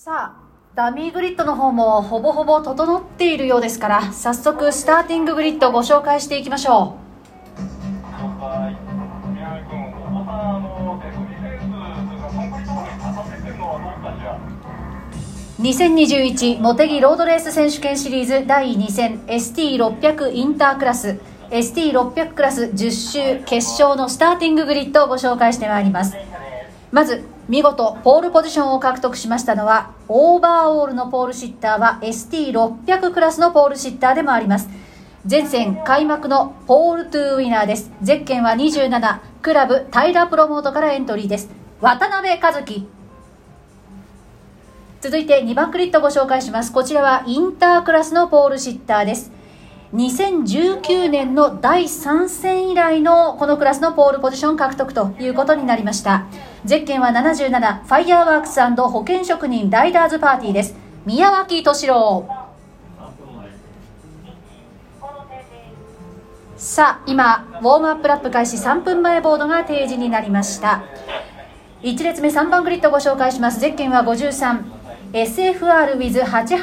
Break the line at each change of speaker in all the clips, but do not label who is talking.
さあ、ダミーグリッドの方もほぼほぼ整っているようですから、早速スターティンググリッドをご紹介していきましょう。2021モテギロードレース選手権シリーズ第2戦 ST600 インタークラス ST600 クラス10周決勝のスターティンググリッドをご紹介してまいります。まず見事ポールポジションを獲得しましたのは、オーバーオールのポールシッターは ST600 クラスのポールシッターでもあります。前線開幕のポールトゥーウィナーです。ゼッケンは27、クラブ平プロモートからエントリーです。渡辺和樹。続いて2番グリッドをご紹介します。こちらはインタークラスのポールシッターです。2019年の第3戦以来のこのクラスのポールポジション獲得ということになりました。ゼッケンは77、ファイヤーワークス&保険職人ライダーズパーティーです。宮脇敏郎。さあ、今ウォームアップラップ開始3分前ボードが提示になりました。1列目3番グリッドをご紹介します。ゼッケンは53、SFR with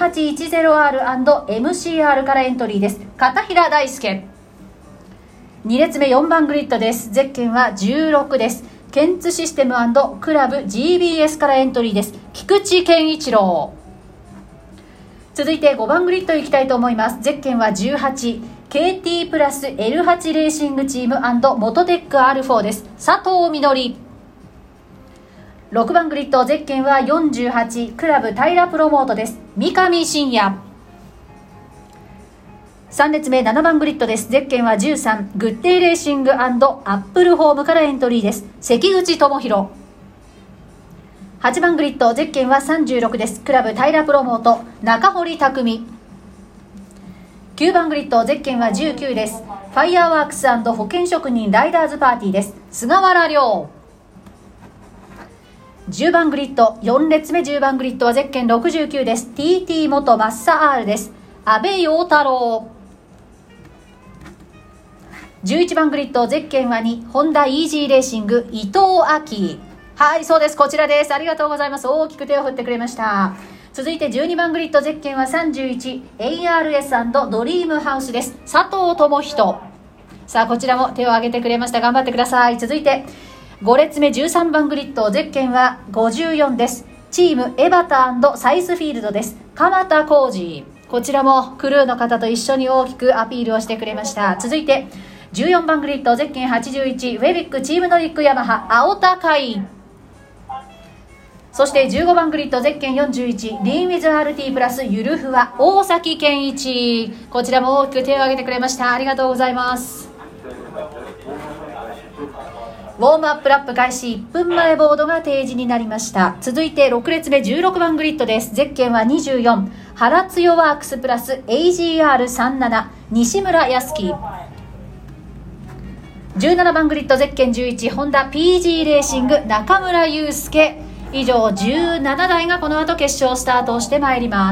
8810R&MCR からエントリーです。片平大輔。2列目4番グリッドです。ゼッケンは16です。ケンツシステム&クラブ GBS からエントリーです。菊池健一郎。続いて5番グリッドいきたいと思います。ゼッケンは18、KT プラス L8 レーシングチーム&モトテック R4 です。佐藤みのり。6番グリッド、ゼッケンは48、クラブ平プロモートです。三上真也。3列目7番グリッドです。ゼッケンは13、グッデイレーシング&アップルホームからエントリーです。関口智弘。8番グリッド、ゼッケンは36です。クラブ平プロモート中堀匠。9番グリッド、ゼッケンは19です。ファイヤーワークス&保険職人ライダーズパーティーです。菅原亮。10番グリッド、4列目10番グリッドはゼッケン69です。 TT 元マッサ R です。阿部陽太郎。11番グリッド、ゼッケンは2、ホンダイージーレーシング伊藤明。はい、そうです、こちらです。ありがとうございます。大きく手を振ってくれました。続いて12番グリッド、ゼッケンは31、ARS& ドリームハウスです。佐藤智人。さあ、こちらも手を挙げてくれました。頑張ってください。続いて5列目13番グリッド、ゼッケンは54です。チームエバタ&サイスフィールドです。鎌田浩二。こちらもクルーの方と一緒に大きくアピールをしてくれました。続いて14番グリッド、ゼッケン81、ウェビックチームノリックヤマハ青田海。そして15番グリッド、ゼッケン41、リーンウィズ RT プラスゆるふわ大崎健一。こちらも大きく手を挙げてくれました。ありがとうございます。ウォームアップラップ開始1分前ボードが提示になりました。続いて6列目16番グリッドです。ゼッケンは24、原強ワークスプラス AGR37 西村康樹。17番グリッド、ゼッケン11、ホンダ PG レーシング中村祐介。以上17台がこの後決勝スタートをしてまいります。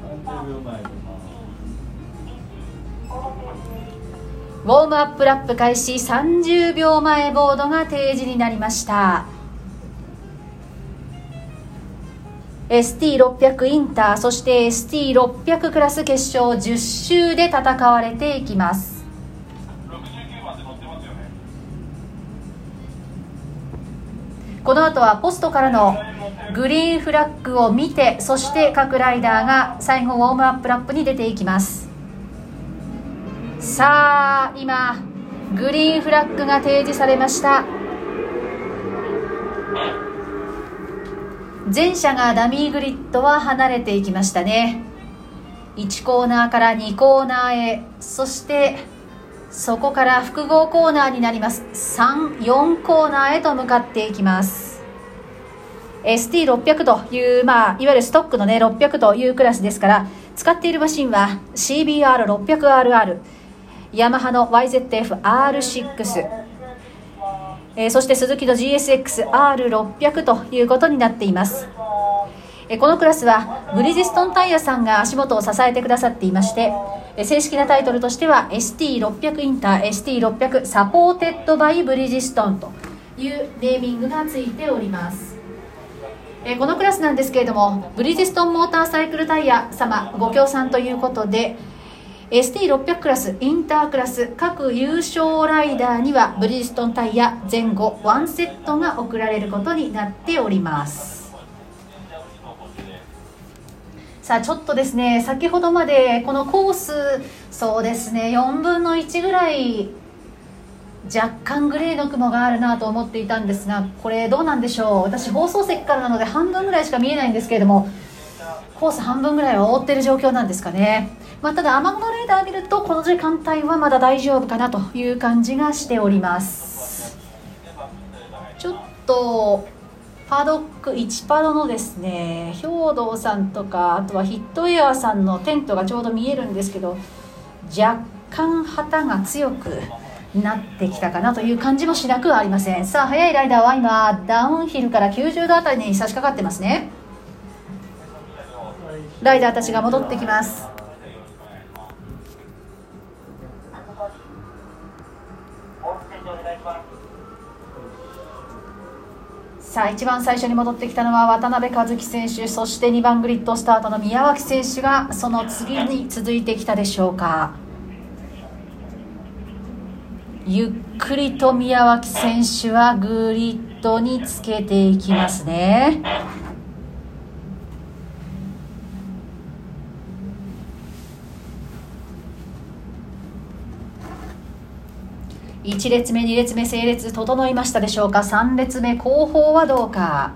ウォームアップラップ開始30秒前ボードが提示になりました。 ST600 インター、そして ST600 クラス決勝10周で戦われていきます。この後はポストからのグリーンフラッグを見て、そして各ライダーが最後ウォームアップラップに出ていきます。さあ、今グリーンフラッグが提示されました。前者がダミーグリッドは離れていきましたね。1コーナーから2コーナーへ、そしてそこから複合コーナーになります。3、4コーナーへと向かっていきます。 ST600 という、いわゆるストックのね600というクラスですから、使っているマシンは CBR600RR、ヤマハの YZF-R6、そしてスズキの GSX-R600 ということになっています。このクラスはブリヂストンタイヤさんが足元を支えてくださっていまして、正式なタイトルとしては ST600 インター ST600 サポーテッドバイブリヂストンというネーミングがついております。 このクラスなんですけれども、ブリヂストンモーターサイクルタイヤ様ご協賛ということで、ST600 クラス、インタークラス各優勝ライダーにはブリヂストンタイヤ前後1セットが贈られることになっております。さあちょっとですね、先ほどまでこのコース、そうですね、4分の1ぐらい若干グレーの雲があるなと思っていたんですが、これどうなんでしょう。私放送席からなので半分ぐらいしか見えないんですけれども、コース半分ぐらいは覆っている状況なんですかね。ただ雨雲レーダーを見るとこの時間帯はまだ大丈夫かなという感じがしております。ちょっとパドック1パドのですね、兵道さんとかあとはヒットエアーさんのテントがちょうど見えるんですけど、若干旗が強くなってきたかなという感じもしなくはありません。さあ速いライダーは今ダウンヒルから90度あたりに差し掛かってますね。ライダーたちが戻ってきます。さあ一番最初に戻ってきたのは渡辺一樹選手、そして2番グリッドスタートの宮脇選手がその次に続いてきたでしょうか。ゆっくりと宮脇選手はグリッドにつけていきますね。1列目2列目整列整いましたでしょうか。3列目後方はどうか。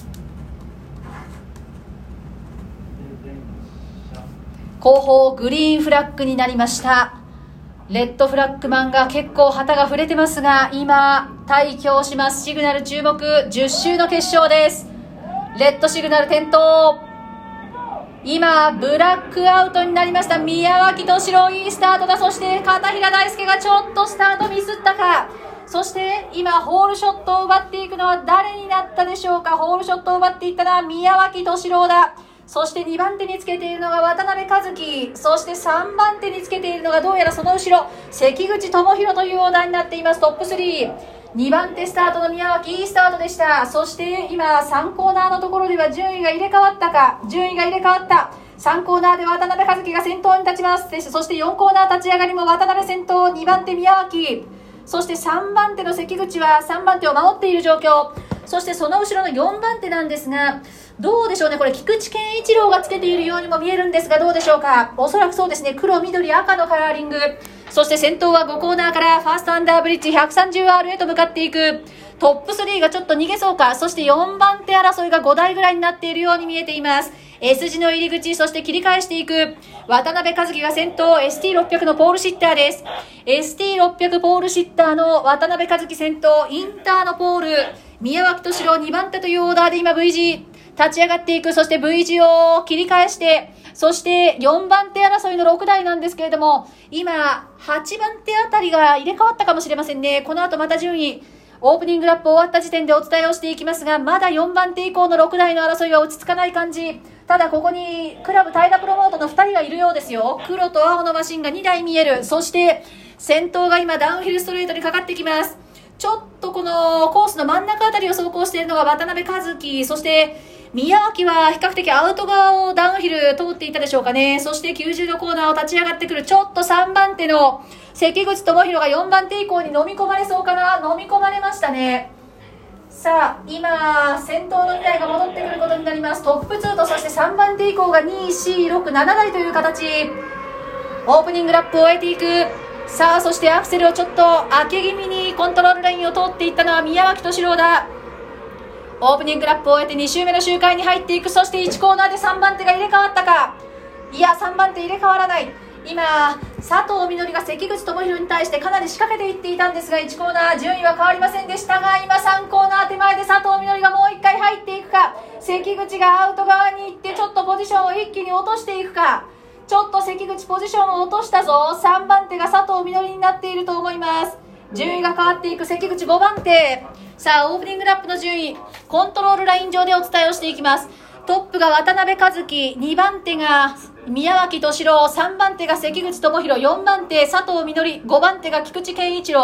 後方グリーンフラッグになりました。レッドフラッグマンが結構旗が触れてますが、今退去します。シグナル注目、10周の決勝です。レッドシグナル点灯。今ブラックアウトになりました。宮脇敏郎いいスタートだ。そして片平大輔がちょっとスタートミスったか。そして今ホールショットを奪っていくのは誰になったでしょうか。ホールショットを奪っていったのは宮脇敏郎だ。そして2番手につけているのが渡辺一樹、そして3番手につけているのがどうやらその後ろ関口智弘というオーダーになっています。トップ3、2番手スタートの宮脇いいスタートでした。そして今3コーナーのところでは順位が入れ替わったか。順位が入れ替わった。3コーナーで渡辺一樹が先頭に立ちます。そして4コーナー立ち上がりも渡辺先頭、2番手宮脇、そして3番手の関口は3番手を守っている状況。そしてその後ろの4番手なんですが、どうでしょうね。これ菊池健一郎がつけているようにも見えるんですが、どうでしょうか。おそらくそうですね。黒緑赤のカラーリング。そして先頭は5コーナーからファーストアンダーブリッジ 130R へと向かっていく。トップ3がちょっと逃げそうか。そして4番手争いが5台ぐらいになっているように見えています。S 字の入り口、そして切り返していく渡辺一樹が先頭。 ST600 のポールシッターです。 ST600 ポールシッターの渡辺一樹先頭。インターのポール宮脇敏郎2番手というオーダーで今 V 字立ち上がっていく。そして V 字を切り返して、そして4番手争いの6台なんですけれども、今8番手あたりが入れ替わったかもしれませんね。この後また順位オープニングラップ終わった時点でお伝えをしていきますが、まだ4番手以降の6台の争いは落ち着かない感じ。ただここにクラブ平プロモートの2人がいるようですよ。黒と青のマシンが2台見える。そして先頭が今ダウンヒルストレートにかかってきます。ちょっとこのコースの真ん中あたりを走行しているのが渡辺一樹、そして宮脇は比較的アウト側をダウンヒル通っていたでしょうかね。そして90度コーナーを立ち上がってくる。ちょっと3番手の関口智弘が4番手以降に飲み込まれそうかな。飲み込まれましたね。さあ今先頭の2台が戻ってくることになります。トップ2とそして3番手以降が2、4、6、7台という形。オープニングラップを終えていく。さあそしてアクセルをちょっと開け気味にコントロールラインを通っていったのは宮脇敏郎だ。オープニングラップを終えて2周目の周回に入っていく。そして1コーナーで3番手が入れ替わったか。いや3番手入れ替わらない。今佐藤みのりが関口智弘に対してかなり仕掛けていっていたんですが、1コーナー順位は変わりませんでしたが、今3コーナー手前で佐藤みのりがもう1回入っていくか。関口がアウト側に行ってちょっとポジションを一気に落としていくか。ちょっと関口ポジションを落としたぞ。3番手が佐藤みのりになっていると思います。順位が変わっていく関口5番手。さあオープニングラップの順位コントロールライン上でお伝えをしていきます。トップが渡辺一樹、2番手が宮脇敏郎、3番手が関口智弘、4番手佐藤みのり、5番手が菊池健一郎、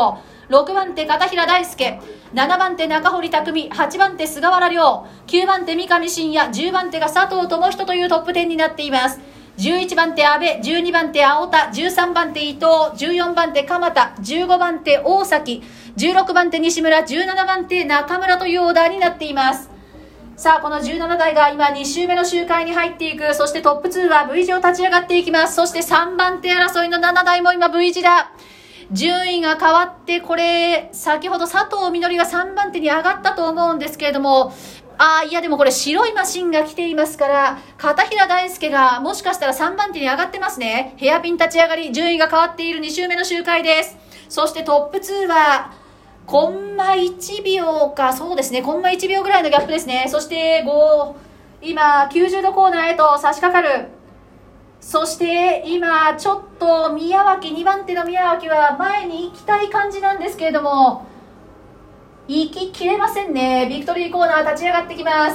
6番手片平大輔、7番手中堀匠、8番手菅原亮、9番手三上信也、10番手が佐藤智人というトップ10になっています。11番手阿部、12番手青田、13番手伊藤、14番手鎌田、15番手大崎、16番手西村、17番手中村というオーダーになっています。さあ、この17台が今2周目の周回に入っていく。そしてトップ2は V 字を立ち上がっていきます。そして3番手争いの7台も今 V 字だ。順位が変わって、これ先ほど佐藤みのりが3番手に上がったと思うんですけれども、いやでもこれ白いマシンが来ていますから、片平大輔がもしかしたら3番手に上がってますね。ヘアピン立ち上がり、順位が変わっている2周目の周回です。そしてトップ2はコンマ1秒か、そうですね、コンマ1秒ぐらいのギャップですね。そして今90度コーナーへと差し掛かる。そして今ちょっと宮脇、2番手の宮脇は前に行きたい感じなんですけれども、行ききれませんね。ビクトリーコーナー立ち上がってきます。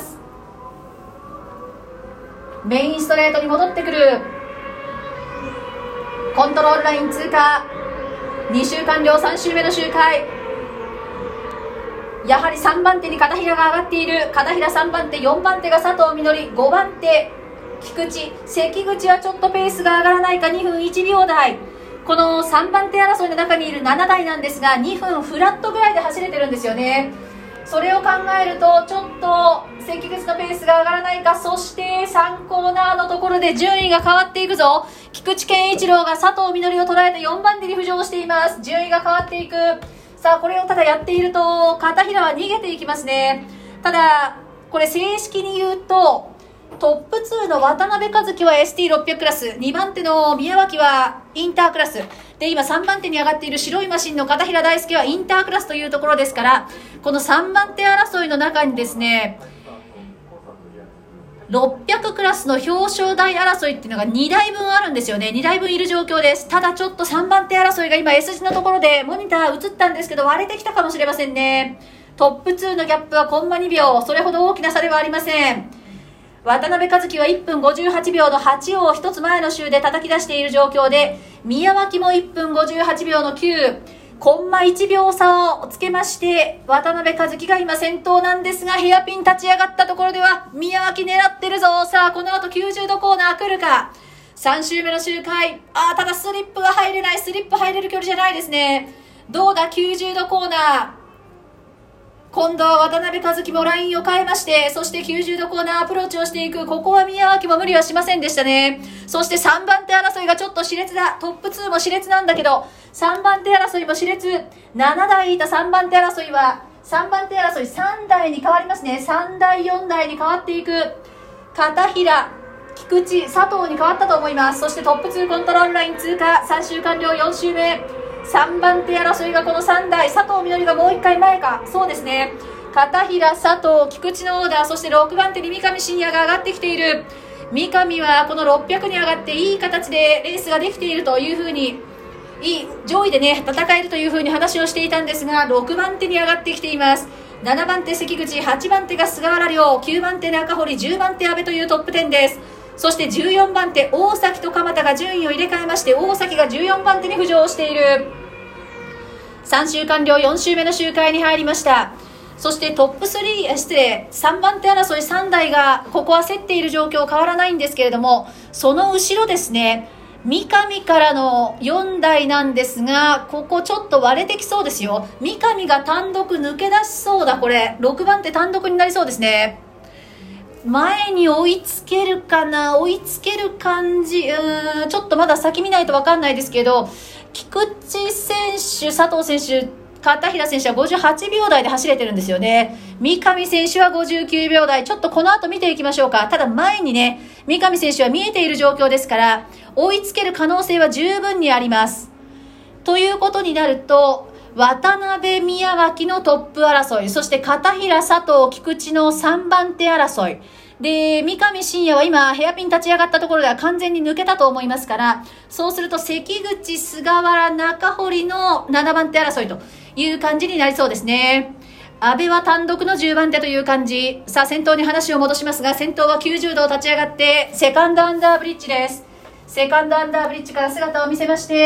メインストレートに戻ってくる。コントロールライン通過。2周完了、3周目の周回。やはり3番手に片平が上がっている。片平3番手、4番手が佐藤みのり、5番手菊池、関口はちょっとペースが上がらないか、2分1秒台。この3番手争いの中にいる7台なんですが、2分フラットぐらいで走れてるんですよね。それを考えるとちょっと関口のペースが上がらないか。そして3コーナーのところで順位が変わっていくぞ。菊池健一郎が佐藤みのりを捉えて4番手に浮上しています。順位が変わっていく。さあ、これをただやっていると片平は逃げていきますね。ただこれ正式に言うと、トップ2の渡辺和樹は ST600 クラス、2番手の宮脇はインタークラスで、今3番手に上がっている白いマシンの片平大輔はインタークラスというところですから、この3番手争いの中にですね、600クラスの表彰台争いっていうのが2台分あるんですよね。2台分いる状況です。ただちょっと3番手争いが今 S 字のところでモニター映ったんですけど、割れてきたかもしれませんね。トップ2のギャップはコンマ2秒、それほど大きな差ではありません。渡辺和樹は1分58秒の8を一つ前の週で叩き出している状況で、宮脇も1分58秒の9、コンマ1秒差をつけまして、渡辺和樹が今先頭なんですが、ヘアピン立ち上がったところでは宮脇狙ってるぞ。さあ、この後90度コーナー来るか。3周目の周回。ただスリップが入れない。スリップ入れる距離じゃないですね。どうだ、90度コーナー。今度は渡辺和樹もラインを変えまして、そして90度コーナーアプローチをしていく。ここは宮脇も無理はしませんでしたね。そして3番手争いがちょっと熾烈だ。トップ2も熾烈なんだけど、3番手争いも熾烈。7台いた3番手争いは、3番手争い3台に変わりますね。3台4台に変わっていく。片平、菊池、佐藤に変わったと思います。そしてトップ2コントロールライン通過。3周完了、4周目。3番手争いがこの3台。佐藤みのりがもう1回前か。そうですね。片平、佐藤、菊池のオーダー。そして6番手に三上信也が上がってきている。三上はこの600に上がっていい形でレースができているというふうに、上位でね戦えるというふうに話をしていたんですが、6番手に上がってきています。7番手関口、8番手が菅原亮、9番手中堀、10番手阿部というトップ10です。そして14番手大崎と鎌田が順位を入れ替えまして、大崎が14番手に浮上している。3周完了、4周目の周回に入りました。そしてトップ3番手争い3台がここは競っている状況変わらないんですけれども、その後ろですね、三上からの4台なんですが、ここちょっと割れてきそうですよ。三上が単独抜け出しそうだ。これ6番手単独になりそうですね。前に追いつけるかな、追いつける感じ、ちょっとまだ先見ないと分かんないですけど、菊池選手、佐藤選手、片平選手は58秒台で走れてるんですよね。三上選手は59秒台。ちょっとこの後見ていきましょうか。ただ前にね、三上選手は見えている状況ですから、追いつける可能性は十分にあります。ということになると、渡辺宮脇のトップ争い、そして片平佐藤菊池の3番手争いで、三上信也は今ヘアピン立ち上がったところでは完全に抜けたと思いますから、そうすると関口、菅原、中堀の7番手争いという感じになりそうですね。阿部は単独の10番手という感じ。さあ、先頭に話を戻しますが、先頭は90度を立ち上がってセカンドアンダーブリッジです。セカンドアンダーブリッジから姿を見せまして、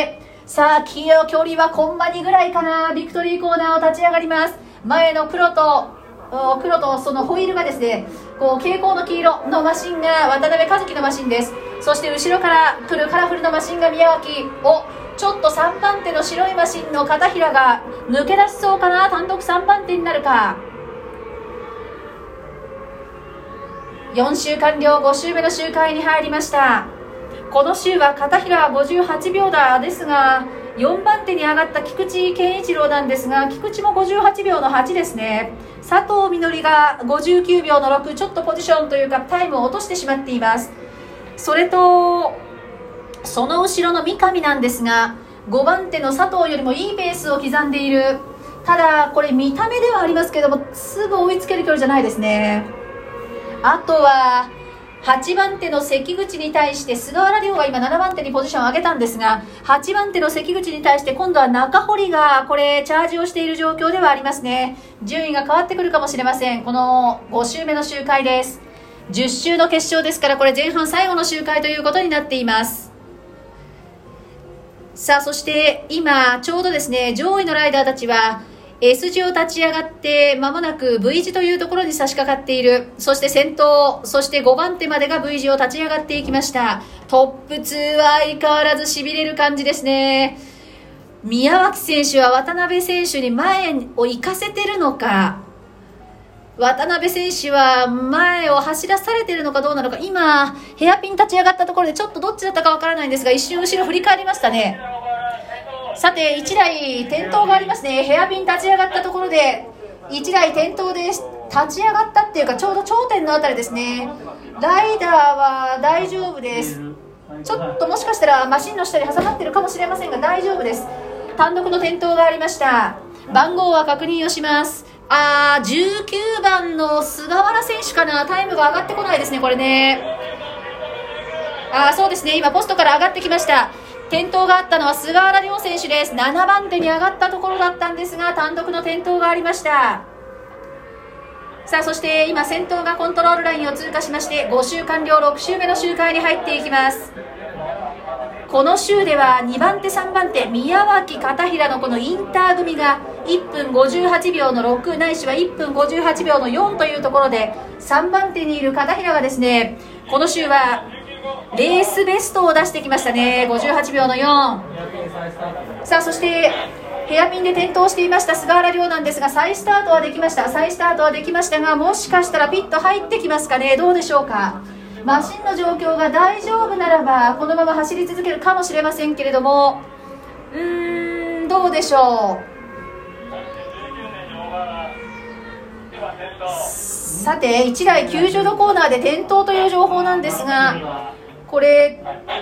さあ距離はコンマ2ぐらいかな。ビクトリーコーナーを立ち上がります。前の黒とそのホイールがですね、こう蛍光の黄色のマシンが渡辺和樹のマシンです。そして後ろから来るカラフルなマシンが宮脇を、ちょっと3番手の白いマシンの片平が抜け出しそうかな。単独3番手になるか。4周完了、5周目の周回に入りました。この周は片平は58秒台ですが、4番手に上がった菊池健一郎なんですが、菊池も58秒の8ですね。佐藤みのりが59秒の6、ちょっとポジションというかタイムを落としてしまっています。それとその後ろの三上なんですが、5番手の佐藤よりもいいペースを刻んでいる。ただこれ見た目ではありますけども、すぐ追いつける距離じゃないですね。あとは8番手の関口に対して菅原亮が今7番手にポジションを上げたんですが、8番手の関口に対して今度は中堀がこれチャージをしている状況ではありますね。順位が変わってくるかもしれません。この5周目の周回です。10周の決勝ですから、これ前半最後の周回ということになっています。さあそして今ちょうどですね、上位のライダーたちは S 字を立ち上がって間もなく V 字というところに差し掛かっている。そして先頭、そして5番手までが V 字を立ち上がっていきました。トップ2は相変わらずしびれる感じですね。宮脇選手は渡辺選手に前を行かせてるのか、渡辺選手は前を走らされているのかどうなのか。今ヘアピン立ち上がったところでちょっとどっちだったかわからないんですが、一瞬後ろ振り返りましたね。さて1台転倒がありますね。ヘアピン立ち上がったところで1台転倒です。立ち上がったっていうかちょうど頂点のあたりですね。ライダーは大丈夫です。ちょっともしかしたらマシンの下に挟まってるかもしれませんが大丈夫です。単独の転倒がありました。番号は確認をします。19番の菅原選手かな。タイムが上がってこないですね、これね。そうですね、今ポストから上がってきました。転倒があったのは菅原亮選手です。7番手に上がったところだったんですが、単独の転倒がありました。さあそして今先頭がコントロールラインを通過しまして、5周完了、6周目の周回に入っていきます。この週では2番手3番手宮脇片平のこのインター組が1分58秒の6ないしは1分58秒の4というところで、3番手にいる片平がですね、この週はレースベストを出してきましたね。58秒の4。さあそしてヘアピンで転倒していました菅原亮なんですが、再スタートはできました。再スタートはできましたが、もしかしたらピット入ってきますかね。どうでしょうか。マシンの状況が大丈夫ならばこのまま走り続けるかもしれませんけれども、どうでしょう。さて1台90度コーナーで転倒という情報なんですが、これ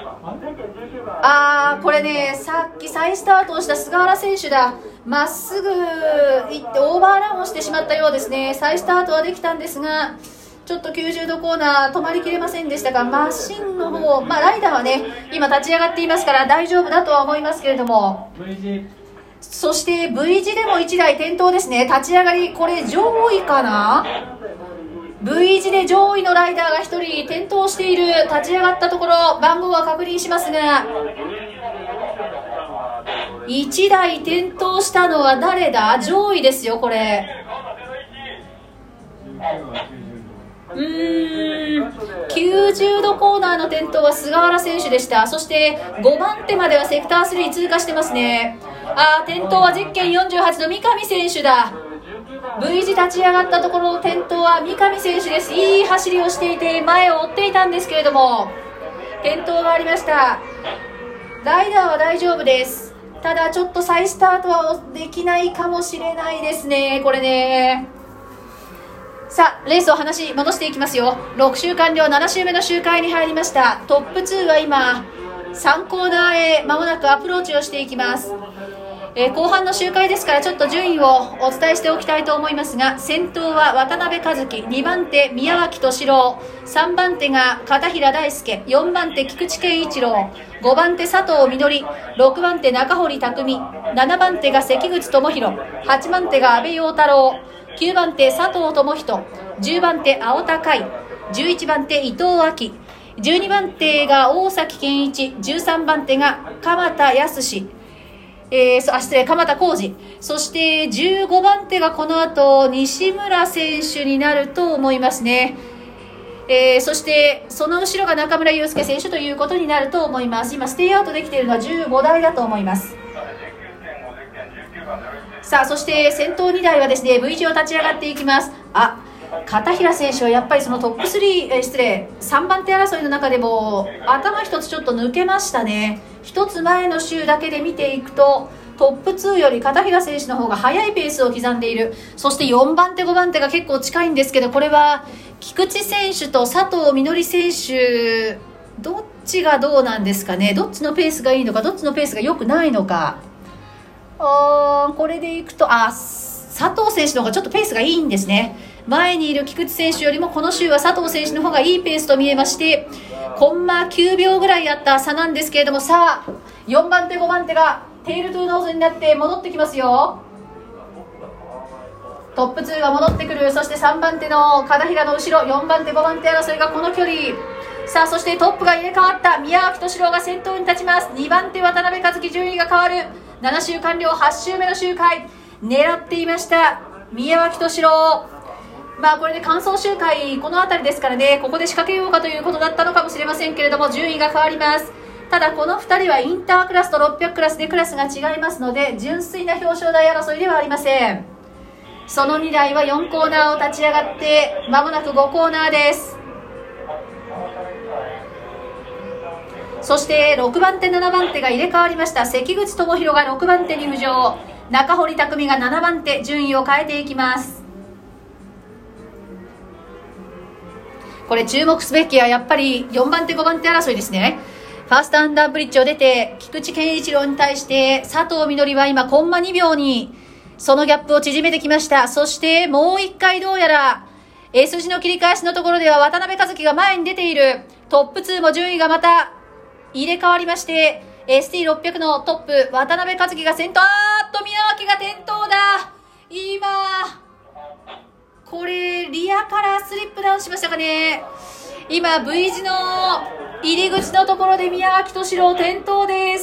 ね、さっき再スタートをした菅原選手だ。まっすぐ行ってオーバーランをしてしまったようですね。再スタートはできたんですが、ちょっと90度コーナー止まりきれませんでしたが、マシンの方、ライダーはね今立ち上がっていますから大丈夫だとは思いますけれども、そして V 字でも1台転倒ですね。立ち上がり、これ上位かな。 V 字で上位のライダーが1人転倒している。立ち上がったところ番号は確認しますが、1台転倒したのは誰だ。上位ですよこれ。90度コーナーの転倒は菅原選手でした。そして5番手まではセクター3通過してますね。転倒はゼッケン48の三上選手だ。 V 字立ち上がったところの転倒は三上選手です。いい走りをしていて前を追っていたんですけれども転倒がありました。ライダーは大丈夫です。ただちょっと再スタートはできないかもしれないですね、これね。さあレースを話戻していきますよ。6周完了、7周目の周回に入りました。トップ2は今3コーナーへ間もなくアプローチをしていきます。後半の周回ですからちょっと順位をお伝えしておきたいと思いますが、先頭は渡辺和樹、2番手宮脇敏郎、3番手が片平大輔、4番手菊池健一郎、5番手佐藤みのり、6番手中堀匠、7番手が関口智弘、8番手が阿部陽太郎、9番手佐藤智人、10番手青田海、11番手伊藤昭、12番手が大崎健一、13番手が鎌田康、 失礼、鎌田浩二。そして15番手がこの後、西村選手になると思いますね。そしてその後ろが中村祐介選手ということになると思います。今ステイアウトできているのは15台だと思います。さあ、そして先頭2台はですね V 字を立ち上がっていきます。片平選手はやっぱりそのトップ3番手争いの中でも頭一つちょっと抜けましたね。一つ前の週だけで見ていくとトップ2より片平選手の方が速いペースを刻んでいる。そして4番手5番手が結構近いんですけど、これは菊池選手と佐藤みのり選手どっちがどうなんですかね。どっちのペースがいいのか、どっちのペースが良くないのか。これでいくと佐藤選手の方がちょっとペースがいいんですね。前にいる菊池選手よりもこの週は佐藤選手の方がいいペースと見えまして、コンマ9秒ぐらいあった差なんですけれども、さあ4番手5番手がテールトゥーノーズになって戻ってきますよ。トップ2が戻ってくる。そして3番手の片平の後ろ、4番手5番手争いがこの距離。さあ、そしてトップが入れ替わった。宮脇敏郎が先頭に立ちます。2番手渡辺和樹、順位が変わる。7周完了、8周目の周回狙っていました宮脇敏郎。これで完走周回この辺りですからね、ここで仕掛けようかということだったのかもしれませんけれども、順位が変わります。ただこの2人はインタークラスと600クラスでクラスが違いますので、純粋な表彰台争いではありません。その2台は4コーナーを立ち上がって間もなく5コーナーです。そして6番手7番手が入れ替わりました。関口智弘が6番手に浮上、中堀匠が7番手、順位を変えていきます。これ注目すべきはやっぱり4番手5番手争いですね。ファーストアンダーブリッジを出て菊池健一郎に対して佐藤みのりは今コンマ2秒にそのギャップを縮めてきました。そしてもう1回どうやら S 字の切り返しのところでは渡辺和樹が前に出ている。トップ2も順位がまた入れ替わりまして ST600 のトップ渡辺和樹が先頭。宮脇が転倒だ。今これリアからスリップダウンしましたかね。今 V 字の入り口のところで宮脇敏郎転倒です。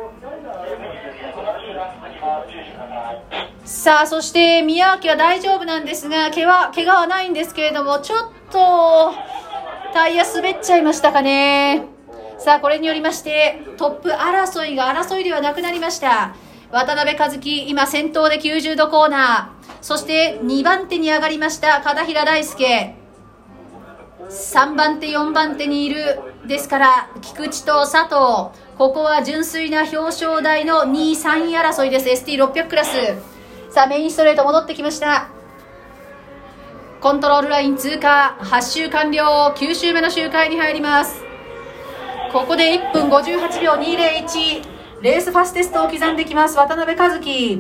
さあ、そして宮脇は大丈夫なんですが怪我はないんですけれども、ちょっとタイヤ滑っちゃいましたかね。さあ、これによりましてトップ争いが争いではなくなりました。渡辺和樹今先頭で90度コーナー、そして2番手に上がりました片平大輔、3番手4番手にいるですから菊池と佐藤、ここは純粋な表彰台の2位3位争いです。 ST600 クラス。さあ、メインストレート戻ってきました。コントロールライン通過、8周完了、9周目の周回に入ります。ここで1分58秒201、レースファステストを刻んできます渡辺和樹。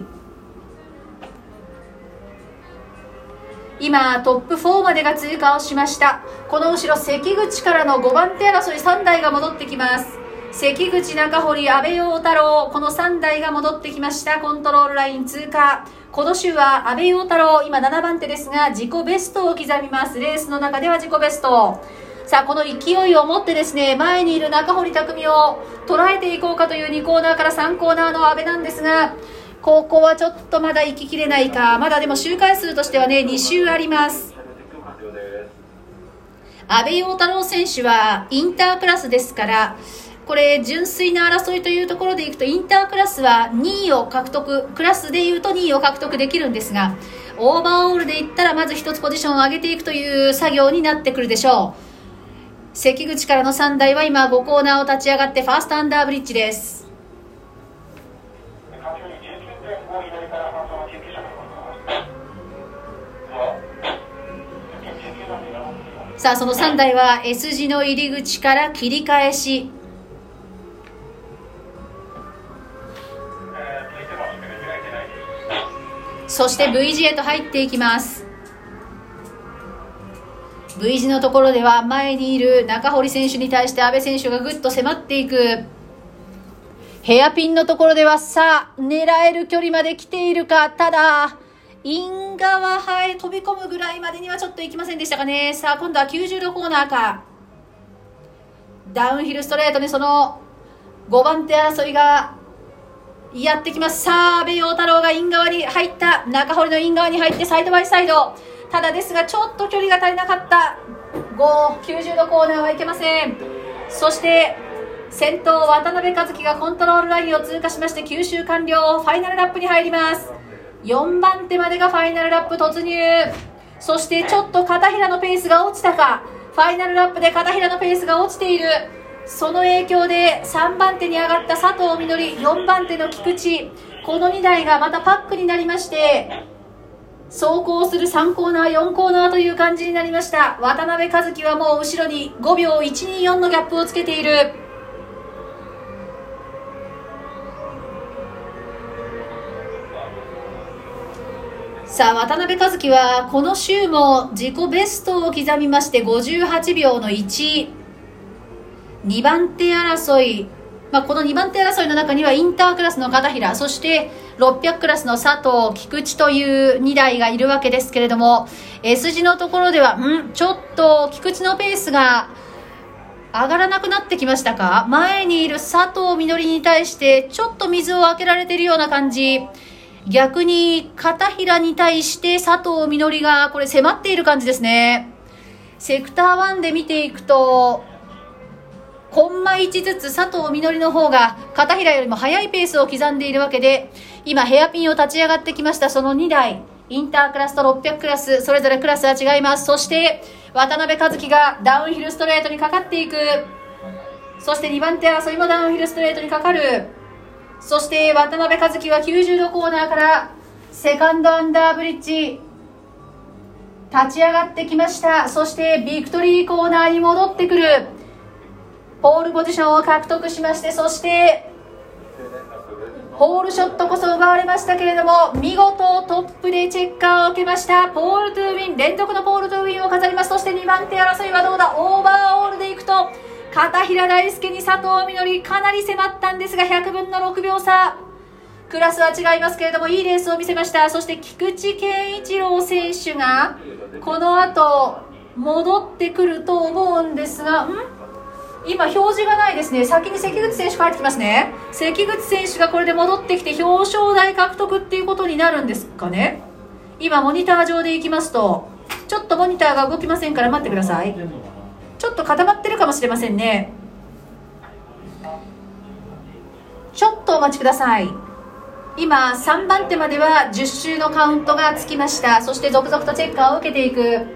今トップ4までが通過をしました。この後ろ関口からの5番手争い3台が戻ってきます。関口、中堀、阿部陽太郎、この3台が戻ってきました。コントロールライン通過。この週は阿部陽太郎今7番手ですが自己ベストを刻みます。レースの中では自己ベスト。さあ、この勢いを持ってですね、前にいる中堀匠を捉えていこうかという2コーナーから3コーナーの阿部なんですが、ここはちょっとまだ行ききれないか。まだでも周回数としてはね2周あります。阿部陽太郎選手はインタークラスですから、これ純粋な争いというところでいくとインタークラスは2位を獲得、クラスでいうと2位を獲得できるんですが、オーバーオールでいったらまず1つポジションを上げていくという作業になってくるでしょう。関口からの3台は今5コーナーを立ち上がってファーストアンダーブリッジです。さあ、その3台は S 字の入り口から切り返し、そして V 字へと入っていきます。 V 字のところでは前にいる中堀選手に対して阿部選手がぐっと迫っていく。ヘアピンのところではさあ狙える距離まで来ているか。ただイン側へ飛び込むぐらいまでにはちょっと行きませんでしたかね。さあ、今度は90度コーナーか。ダウンヒルストレートにその5番手争いがやってきます。さあ、阿部陽太郎がイン側に入った。中堀のイン側に入ってサイドバイサイド。ただですが、ちょっと距離が足りなかった。90度コーナーはいけません。そして、先頭、渡辺和樹がコントロールラインを通過しまして、吸収完了。ファイナルラップに入ります。4番手までがファイナルラップ突入。そして、ちょっと片平のペースが落ちたか。ファイナルラップで片平のペースが落ちている。その影響で3番手に上がった佐藤みのり、4番手の菊池、この2台がまたパックになりまして、走行する3コーナー4コーナーという感じになりました。渡辺和樹はもう後ろに5秒124のギャップをつけている。さあ、渡辺和樹はこの週も自己ベストを刻みまして58秒の1。2番手争い、この2番手争いの中にはインタークラスの片平、そして600クラスの佐藤、菊池という2台がいるわけですけれども、 S 字のところではちょっと菊池のペースが上がらなくなってきましたか。前にいる佐藤みのりに対してちょっと水を開けられているような感じ。逆に片平に対して佐藤みのりがこれ迫っている感じですね。セクター1で見ていくとコンマ1ずつ佐藤みのりの方が片平よりも速いペースを刻んでいるわけで、今ヘアピンを立ち上がってきました。その2台、インタークラスと600クラス、それぞれクラスは違います。そして渡辺和樹がダウンヒルストレートにかかっていく。そして2番手争いもダウンヒルストレートにかかる。そして渡辺和樹は90度コーナーからセカンドアンダーブリッジ立ち上がってきました。そしてビクトリーコーナーに戻ってくる。ポールポジションを獲得しまして、そしてホールショットこそ奪われましたけれども、見事トップでチェッカーを受けました。ポールトゥーウィン、連続のポールトゥーウィンを飾ります。そして2番手争いはどうだ。オーバーオールでいくと片平大輔に佐藤みのりかなり迫ったんですが、100分の6秒差。クラスは違いますけれどもいいレースを見せました。そして菊池健一郎選手がこの後戻ってくると思うんですが、今表示がないですね。先に関口選手帰ってきますね。関口選手がこれで戻ってきて表彰台獲得っていうことになるんですかね。今モニター上でいきますとちょっとモニターが動きませんから待ってください。ちょっと固まってるかもしれませんね。ちょっとお待ちください。今3番手までは10周のカウントがつきました。そして続々とチェッカーを受けていく。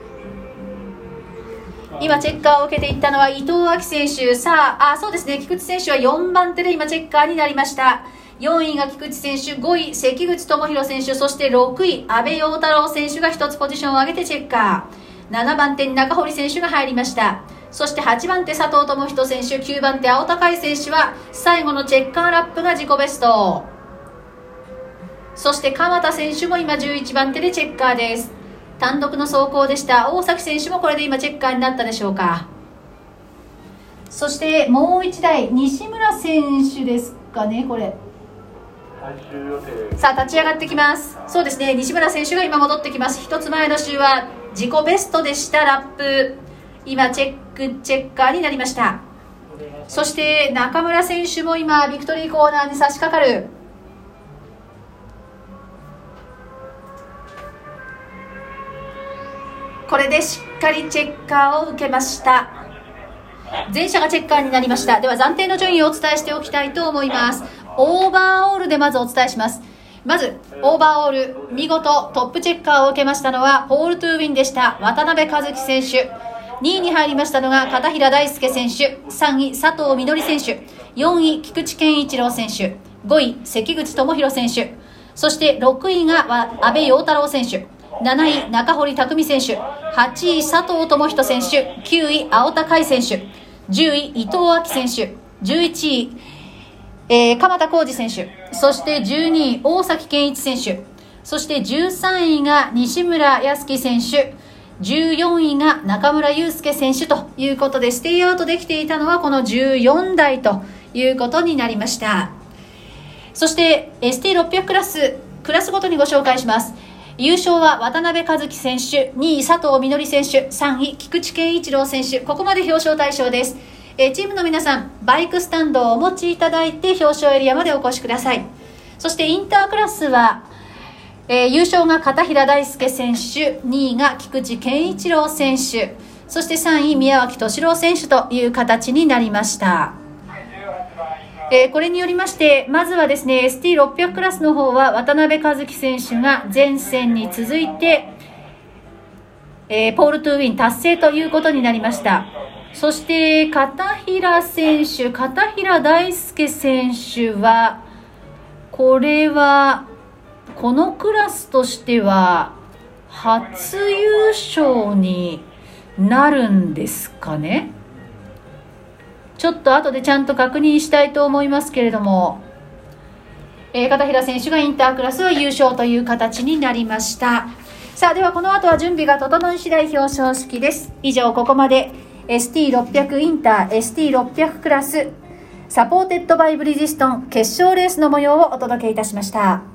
今チェッカーを受けていったのは伊藤亜希選手。さあ、そうですね、菊池選手は4番手で今チェッカーになりました。4位が菊池選手、5位関口智弘選手、そして6位阿部陽太郎選手が1つポジションを上げてチェッカー。7番手に中堀選手が入りました。そして8番手佐藤智仁選手、9番手青高井選手は最後のチェッカーラップが自己ベスト。そして鎌田選手も今11番手でチェッカーです。単独の走行でした。大崎選手もこれで今チェッカーになったでしょうか。そしてもう1台西村選手ですかね。これさあ立ち上がってきます。そうですね、西村選手が今戻ってきます。一つ前の週は自己ベストでしたラップ。今チェッカーになりました。そして中村選手も今ビクトリーコーナーに差し掛かる。これでしっかりチェッカーを受けました。全車がチェッカーになりました。では暫定の順位をお伝えしておきたいと思います。オーバーオールでまずお伝えします。まずオーバーオール見事トップチェッカーを受けましたのはポールトゥーウィンでした渡辺和樹選手。2位に入りましたのが片平大輔選手、3位佐藤みのり選手、4位菊池健一郎選手、5位関口智弘選手、そして6位が阿部陽太郎選手、7位中堀匠選手、8位佐藤智仁選手、9位青田海選手、10位伊藤亜希選手、11位、鎌田浩二選手、そして12位大崎健一選手、そして13位が西村康樹選手、14位が中村祐介選手ということで、ステイアウトできていたのはこの14台ということになりました。そして ST600 クラスごとにご紹介します。優勝は渡辺和樹選手、2位佐藤みのり選手、3位菊池健一郎選手。ここまで表彰対象です。 チームの皆さん、バイクスタンドをお持ちいただいて表彰エリアまでお越しください。そしてインタークラスは、優勝が片平大輔選手、2位が菊池健一郎選手、そして3位宮脇敏郎選手という形になりました。これによりまして、まずはですね ST600 クラスの方は渡辺和樹選手が前線に続いて、ポールトゥーウィン達成ということになりました。そして片平選手、片平大輔選手は、これはこのクラスとしては初優勝になるんですかね。ちょっと後でちゃんと確認したいと思いますけれども、片平選手がインタークラスは優勝という形になりました。さあ、ではこの後は準備が整い次第表彰式です。以上、ここまで ST600 インター ST600 クラスサポーテッドバイブリヂストン決勝レースの模様をお届けいたしました。